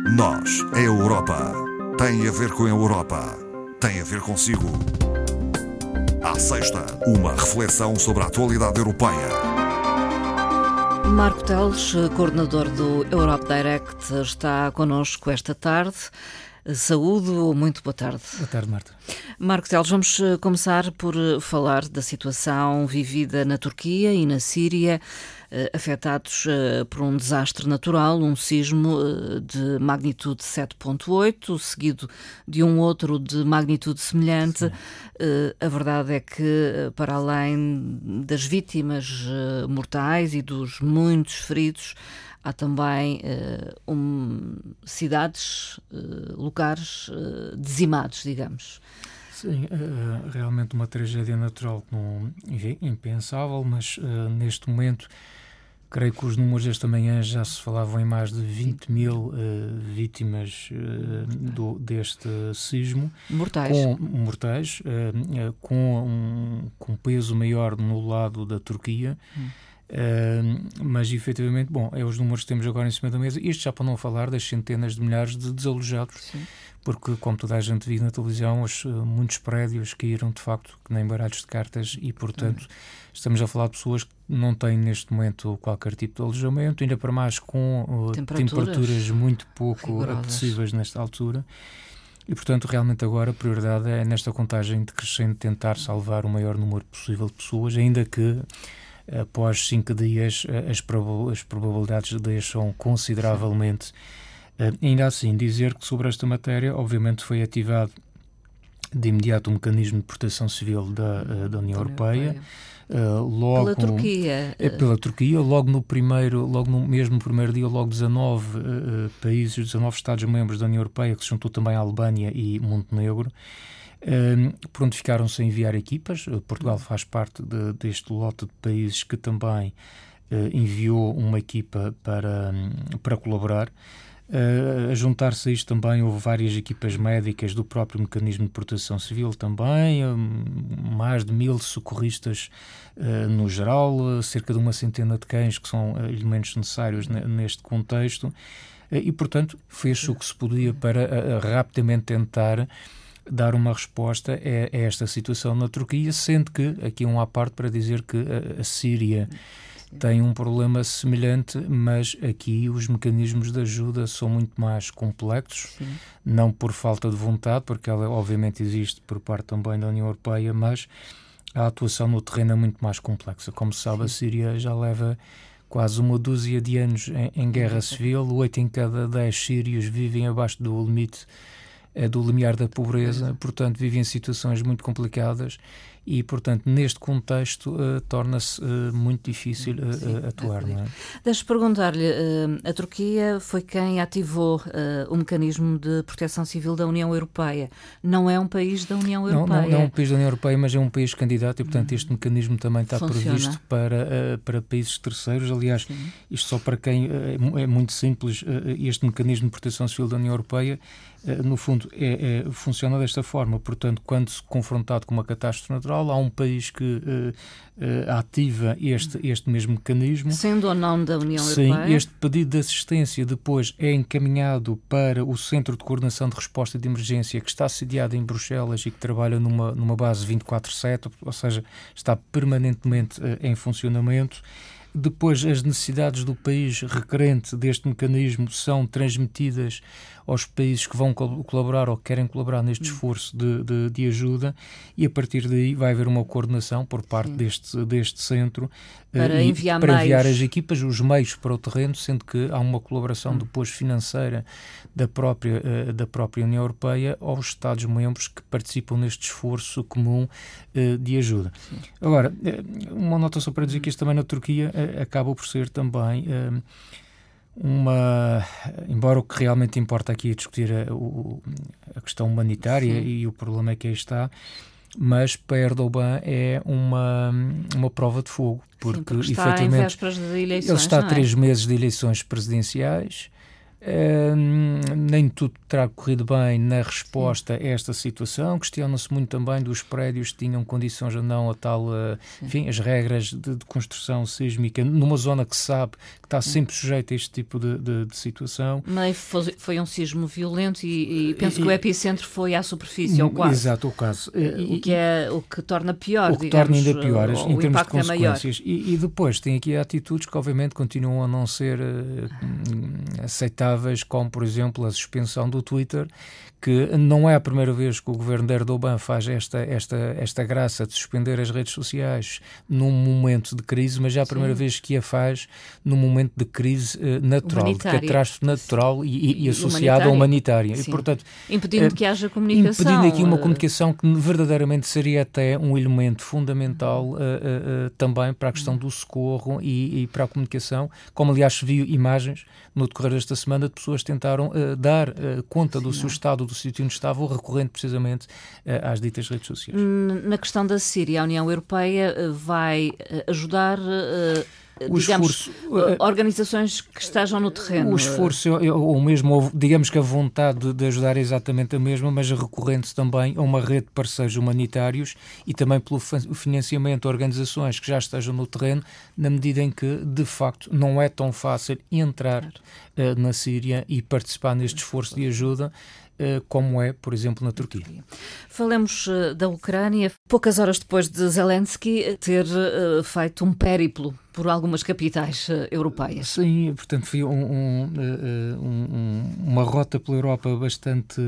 Nós, a Europa, tem a ver com a Europa, tem a ver consigo. À sexta, uma reflexão sobre a atualidade europeia. Marco Teles, coordenador do Europe Direct, está connosco esta tarde. Saúde, muito boa tarde. Boa tarde, Marta. Marco Teles, vamos começar por falar da situação vivida na Turquia e na Síria, afetados por um desastre natural, um sismo de magnitude 7.8, seguido de um outro de magnitude semelhante. A verdade é que, para além das vítimas mortais e dos muitos feridos, há também cidades, lugares dizimados, digamos. Sim, realmente uma tragédia natural impensável, mas neste momento creio que os números desta manhã já se falavam em mais de 20 mil vítimas deste sismo. Mortais, com peso maior no lado da Turquia. Mas efetivamente, é os números que temos agora em cima da mesa. Isto já para não falar das centenas de milhares de desalojados. Sim. Porque, como toda a gente viu na televisão, muitos prédios caíram de facto que nem baralhos de cartas e, portanto, estamos a falar de pessoas que não têm neste momento qualquer tipo de alojamento, ainda para mais com temperaturas muito pouco apetecíveis nesta altura. E, portanto, realmente agora a prioridade é, nesta contagem decrescente, tentar salvar o maior número possível de pessoas, ainda que após 5 dias as probabilidades deixam consideravelmente. Ainda assim, dizer que sobre esta matéria, obviamente foi ativado de imediato o mecanismo de proteção civil da União Europeia. Pela Turquia. Pela Turquia, logo no mesmo primeiro dia, logo 19 países, 19 Estados-membros da União Europeia, que se juntou também a Albânia e Montenegro, pronto, ficaram sem enviar equipas. Portugal faz parte deste lote de países que também enviou uma equipa para colaborar. A juntar-se a isto também houve várias equipas médicas do próprio mecanismo de proteção civil também, mais de 1000 socorristas no geral, cerca de uma centena de cães, que são elementos necessários neste contexto, e portanto fez-se o que se podia para rapidamente tentar dar uma resposta a esta situação na Turquia, sendo que, aqui à parte para dizer que a Síria tem um problema semelhante, mas aqui os mecanismos de ajuda são muito mais complexos. Sim. Não por falta de vontade, porque ela obviamente existe por parte também da União Europeia, mas a atuação no terreno é muito mais complexa. Como se sabe, a Síria já leva quase uma dúzia de anos em guerra civil, 8 em cada 10 sírios vivem abaixo do limite do limiar da pobreza, portanto vivem em situações muito complicadas e, portanto, neste contexto torna-se muito difícil atuar. Não é? Deixe-me perguntar-lhe, a Turquia foi quem ativou o mecanismo de proteção civil da União Europeia. Não é um país da União Europeia? Não é um país da União Europeia, mas é um país candidato e, portanto, este mecanismo também está previsto para países terceiros. Aliás, isto só para quem é muito simples, este mecanismo de proteção civil da União Europeia, no fundo, funciona desta forma. Portanto, quando se confrontado com uma catástrofe natural, há um país que ativa este mesmo mecanismo. Sendo ou não da União Europeia? Sim, este pedido de assistência depois é encaminhado para o Centro de Coordenação de Resposta de Emergência, que está sediado em Bruxelas e que trabalha numa base 24/7, ou seja, está permanentemente em funcionamento. Depois, as necessidades do país requerente deste mecanismo são transmitidas aos países que vão colaborar ou que querem colaborar neste esforço de ajuda, e a partir daí vai haver uma coordenação por parte deste centro para enviar as equipas, os meios para o terreno, sendo que há uma colaboração depois financeira da própria União Europeia aos Estados-membros que participam neste esforço comum de ajuda. Sim. Agora, uma nota só para dizer que isto também na Turquia acaba por ser também embora o que realmente importa aqui é discutir a questão humanitária e o problema é que aí está, mas para Erdogan é uma prova de fogo, porque está efetivamente em vésperas de eleições, ele está a 3 meses de eleições presidenciais, Nem tudo terá corrido bem na resposta a esta situação. Questiona-se muito também dos prédios que tinham condições ou não a tal, enfim, as regras de construção sísmica numa zona que se sabe que está sempre sujeita a este tipo de situação. Mas foi um sismo violento e penso que o epicentro foi à superfície, ou quase. Exato, o caso. O que torna pior, o que torna ainda pior o em termos de impacto consequências. E depois tem aqui atitudes que obviamente continuam a não ser aceitáveis, como por exemplo a suspensão do Twitter, que não é a primeira vez que o governo de Erdogan faz esta graça de suspender as redes sociais num momento de crise, mas já é a primeira vez que a faz num momento de crise natural, de catástrofe natural e associada à humanitária. E, portanto, impedindo que haja comunicação. Impedindo aqui uma comunicação que verdadeiramente seria até um elemento fundamental também para a questão do socorro e para a comunicação, como aliás se viu imagens no decorrer desta semana de pessoas que tentaram dar conta do seu estado, do sítio onde estavam, recorrendo precisamente às ditas redes sociais. Na questão da Síria, a União Europeia vai ajudar organizações que estejam no terreno. O esforço, ou mesmo, digamos que a vontade de ajudar é exatamente a mesma, mas recorrente também a uma rede de parceiros humanitários e também pelo financiamento a organizações que já estejam no terreno, na medida em que, de facto, não é tão fácil entrar na Síria e participar neste esforço de ajuda, como é, por exemplo, na Turquia. Falemos da Ucrânia. Poucas horas depois de Zelensky ter feito um périplo por algumas capitais europeias. Sim, portanto foi uma rota pela Europa bastante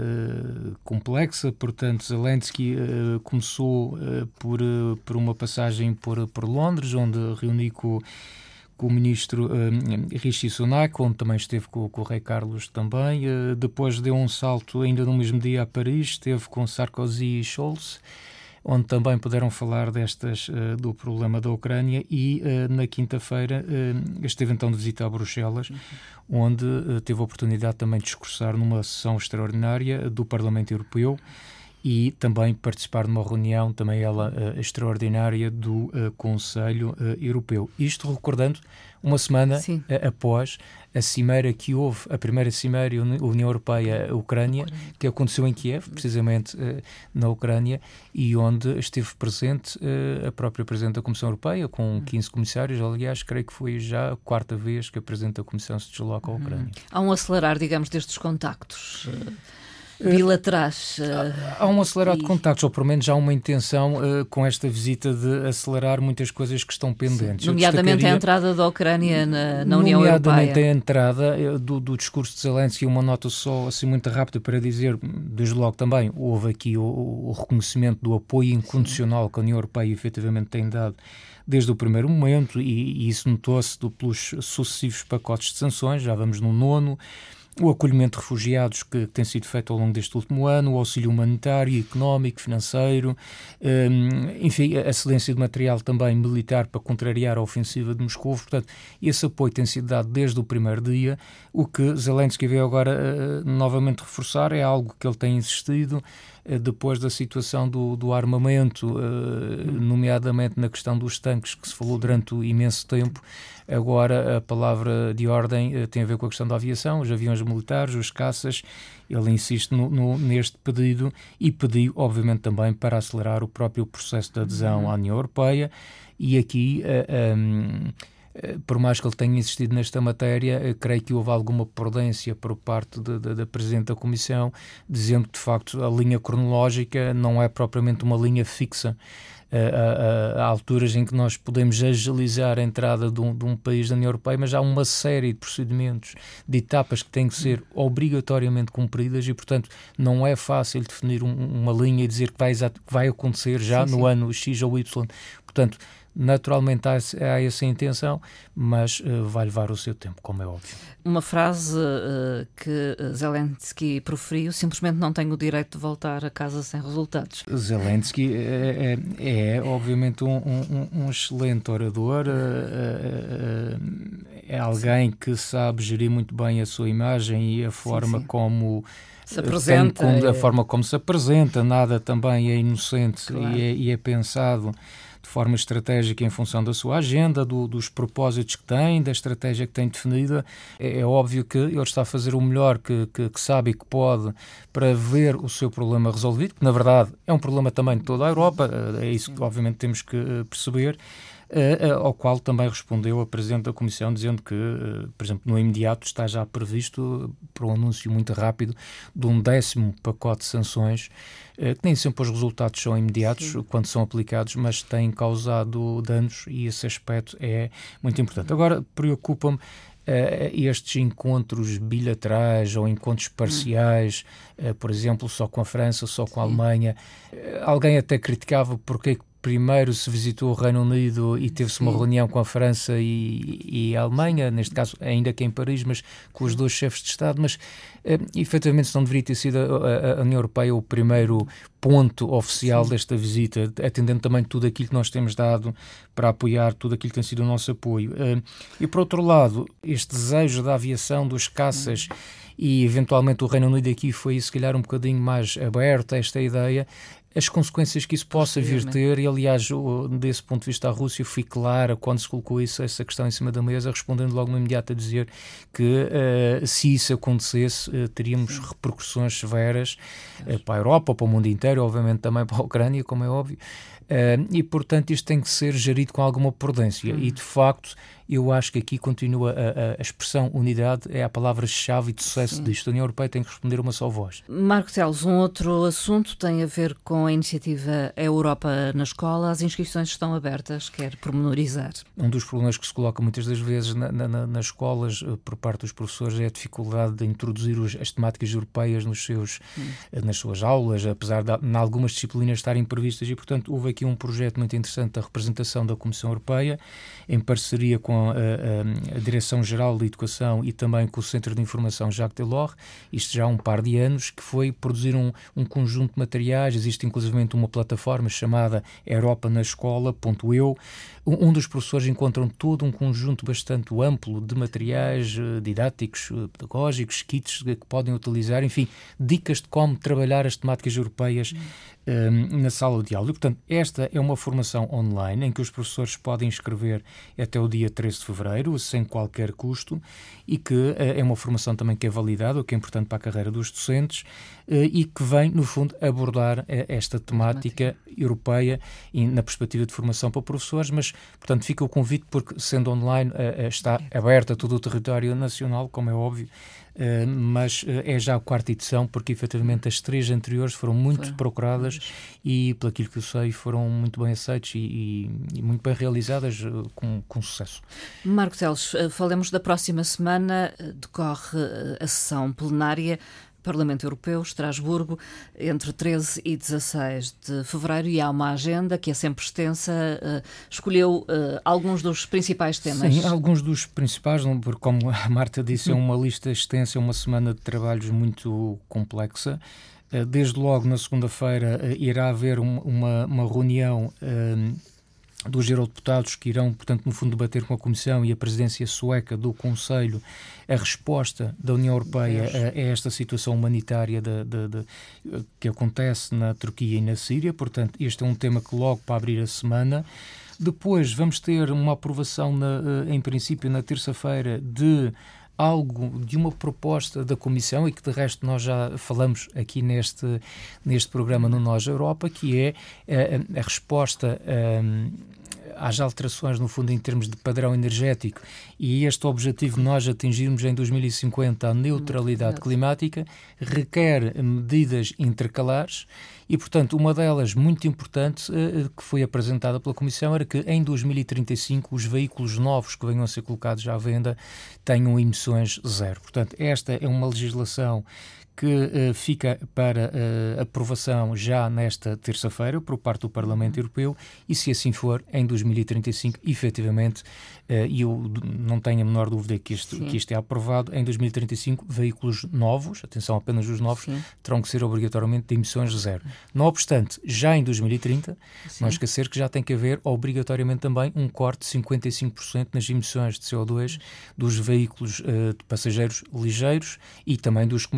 complexa. Portanto, Zelensky começou por uma passagem por Londres, onde reuniu com o ministro Rishi Sunak, onde também esteve com o rei Carlos também. Depois deu um salto ainda no mesmo dia a Paris, esteve com Sarkozy e Scholz, onde também puderam falar do problema da Ucrânia, e na quinta-feira esteve então de visita a Bruxelas, onde teve a oportunidade também de discursar numa sessão extraordinária do Parlamento Europeu e também participar de uma reunião, também ela extraordinária, do Conselho Europeu. Isto recordando uma semana após a cimeira que houve, a primeira cimeira União Europeia-Ucrânia, que aconteceu em Kiev, precisamente na Ucrânia, e onde esteve presente a própria Presidente da Comissão Europeia, com 15 comissários. Aliás, creio que foi já a quarta vez que a Presidente da Comissão se desloca à Ucrânia. Há um acelerar, digamos, destes contactos bilaterais. Há um acelerado de contactos, ou pelo menos há uma intenção com esta visita de acelerar muitas coisas que estão pendentes. Sim, nomeadamente a entrada da Ucrânia na União Europeia. Nomeadamente a entrada do discurso de Zelensky. Uma nota só assim muito rápida para dizer, desde logo também, houve aqui o reconhecimento do apoio incondicional que a União Europeia efetivamente tem dado desde o primeiro momento, e isso notou-se pelos sucessivos pacotes de sanções, já vamos no 9º, o acolhimento de refugiados que tem sido feito ao longo deste último ano, o auxílio humanitário, económico, financeiro, enfim, a cedência de material também militar para contrariar a ofensiva de Moscou. Portanto, esse apoio tem sido dado desde o primeiro dia. O que Zelensky veio agora novamente reforçar é algo que ele tem insistido depois da situação do armamento, nomeadamente na questão dos tanques, que se falou durante o imenso tempo. Agora a palavra de ordem tem a ver com a questão da aviação, os aviões militares, os caças. Ele insiste neste pedido e pediu, obviamente, também para acelerar o próprio processo de adesão à União Europeia. E aqui, por mais que ele tenha insistido nesta matéria, creio que houve alguma prudência por parte da Presidente da Comissão, dizendo que, de facto, a linha cronológica não é propriamente uma linha fixa. Há alturas em que nós podemos agilizar a entrada de um país da União Europeia, mas há uma série de procedimentos, de etapas que têm que ser obrigatoriamente cumpridas e, portanto, não é fácil definir uma linha e dizer que vai acontecer já no ano X ou Y. Portanto, naturalmente há essa intenção, mas vai levar o seu tempo, como é óbvio. Uma frase que Zelensky proferiu: simplesmente não tenho o direito de voltar a casa sem resultados. Zelensky é obviamente um excelente orador, é alguém que sabe gerir muito bem a sua imagem e a forma como se apresenta. A forma como se apresenta, nada também é inocente, claro. e é pensado de forma estratégica em função da sua agenda, dos propósitos que tem, da estratégia que tem definida. É óbvio que ele está a fazer o melhor que sabe e que pode para ver o seu problema resolvido, que na verdade é um problema também de toda a Europa, é isso que obviamente temos que perceber. Ao qual também respondeu a Presidente da Comissão, dizendo que, por exemplo, no imediato está já previsto para um anúncio muito rápido de um 10º pacote de sanções, que nem sempre os resultados são imediatos quando são aplicados, mas têm causado danos e esse aspecto é muito importante. Agora, preocupa-me estes encontros bilaterais ou encontros parciais, por exemplo, só com a França, só com a Alemanha. Alguém até criticava porque primeiro se visitou o Reino Unido e teve-se uma reunião com a França e a Alemanha, neste caso ainda que em Paris, mas com os dois chefes de Estado, mas efetivamente não deveria ter sido a União Europeia o primeiro ponto oficial desta visita, atendendo também tudo aquilo que nós temos dado para apoiar tudo aquilo que tem sido o nosso apoio. E por outro lado, este desejo da aviação, dos caças, e eventualmente o Reino Unido aqui foi se calhar um bocadinho mais aberto a esta ideia, as consequências que isso possa vir ter, e aliás, desse ponto de vista a Rússia foi clara quando se colocou essa questão em cima da mesa, respondendo logo no imediato a dizer que se isso acontecesse, teríamos repercussões severas para a Europa, para o mundo inteiro, obviamente também para a Ucrânia, como é óbvio, e portanto isto tem que ser gerido com alguma prudência e de facto eu acho que aqui continua a expressão unidade é a palavra-chave de sucesso disto. A União Europeia tem que responder uma só voz. Marco Teles, um outro assunto tem a ver com a iniciativa Europa na Escola. As inscrições estão abertas, quer pormenorizar? Um dos problemas que se coloca muitas das vezes nas escolas por parte dos professores é a dificuldade de introduzir as temáticas europeias nas suas aulas, apesar de em algumas disciplinas estarem previstas, e portanto houve aqui um projeto muito interessante da representação da Comissão Europeia, em parceria com a Direção-Geral de Educação e também com o Centro de Informação Jacques Delors, isto já há um par de anos, que foi produzir um conjunto de materiais. Existe inclusivamente uma plataforma chamada europanascola.eu, onde os professores encontram todo um conjunto bastante amplo de materiais didáticos, pedagógicos, kits que podem utilizar, enfim, dicas de como trabalhar as temáticas europeias na sala de aula. E, portanto, esta é uma formação online em que os professores podem inscrever até o dia 13 de fevereiro, sem qualquer custo, e que é uma formação também que é validada, o que é importante para a carreira dos docentes, e que vem, no fundo, abordar esta temática europeia e na perspectiva de formação para professores, mas, portanto, fica o convite porque, sendo online, está aberta a todo o território nacional, como é óbvio, mas é já a 4ª edição, porque efetivamente as 3 anteriores foram muito procuradas e, pelo que eu sei, foram muito bem aceitas e muito bem realizadas com sucesso. Marco Teles, falemos da próxima semana, decorre a sessão plenária Parlamento Europeu, Estrasburgo, entre 13 e 16 de fevereiro, e há uma agenda que é sempre extensa. Escolheu alguns dos principais temas. Sim, alguns dos principais, porque como a Marta disse, é uma lista extensa, é uma semana de trabalhos muito complexa. Desde logo, na segunda-feira, irá haver uma reunião dos eurodeputados que irão, portanto, no fundo, debater com a Comissão e a presidência sueca do Conselho a resposta da União Europeia a esta situação humanitária que acontece na Turquia e na Síria. Portanto, este é um tema que logo para abrir a semana. Depois vamos ter uma aprovação, em princípio, na terça-feira, de uma proposta da Comissão, e que de resto nós já falamos aqui neste programa no Nós Europa, que é a resposta às alterações, no fundo, em termos de padrão energético, e este objetivo nós atingirmos em 2050 a neutralidade climática requer medidas intercalares. E, portanto, uma delas muito importante que foi apresentada pela Comissão era que em 2035 os veículos novos que venham a ser colocados à venda tenham emissões zero. Portanto, esta é uma legislação que fica para aprovação já nesta terça-feira por parte do Parlamento Europeu, e se assim for, em 2035, efetivamente, e eu não tenho a menor dúvida que isto é aprovado, em 2035 veículos novos, atenção, apenas os novos, terão que ser obrigatoriamente de emissões zero. Não obstante, já em 2030, não esquecer que já tem que haver obrigatoriamente também um corte de 55% nas emissões de CO2 dos veículos de passageiros ligeiros e também dos comerciais,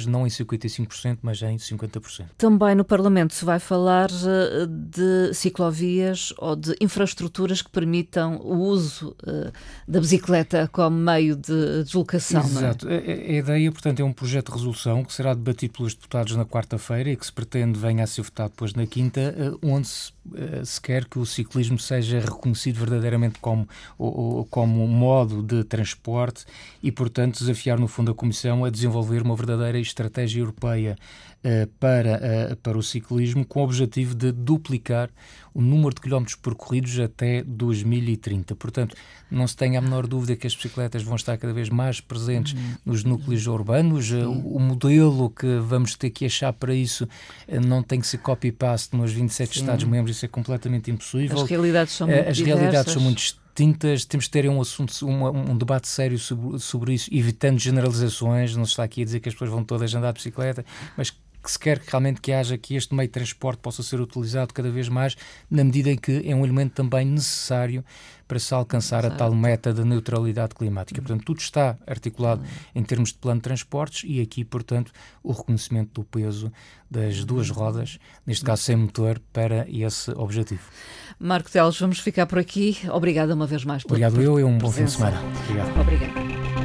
não em 55%, mas em 50%. Também no Parlamento se vai falar de ciclovias ou de infraestruturas que permitam o uso da bicicleta como meio de deslocação. Exato. Não é? A ideia, portanto, é um projeto de resolução que será debatido pelos deputados na quarta-feira e que se pretende venha a ser votado depois na quinta, onde se quer que o ciclismo seja reconhecido verdadeiramente como modo de transporte e, portanto, desafiar no fundo a Comissão a desenvolver uma verdadeira estratégia europeia para o ciclismo, com o objetivo de duplicar o número de quilómetros percorridos até 2030. Portanto, não se tenha a menor dúvida que as bicicletas vão estar cada vez mais presentes nos núcleos urbanos. O modelo que vamos ter que achar para isso não tem que ser copy-paste nos 27 Estados-membros, isso é completamente impossível. As realidades são muito diversas. Realidades são muito distintas, temos de ter um debate sério sobre isso, evitando generalizações. Não se está aqui a dizer que as pessoas vão todas andar de bicicleta, mas que se quer realmente que haja que este meio de transporte possa ser utilizado cada vez mais, na medida em que é um elemento também necessário para se alcançar a tal meta da neutralidade climática. Portanto, tudo está articulado em termos de plano de transportes e aqui, portanto, o reconhecimento do peso das duas rodas, neste caso sem motor, para esse objetivo. Marco Teles, vamos ficar por aqui. Obrigada uma vez mais. Obrigado eu e um bom fim de semana. Obrigado. Obrigada.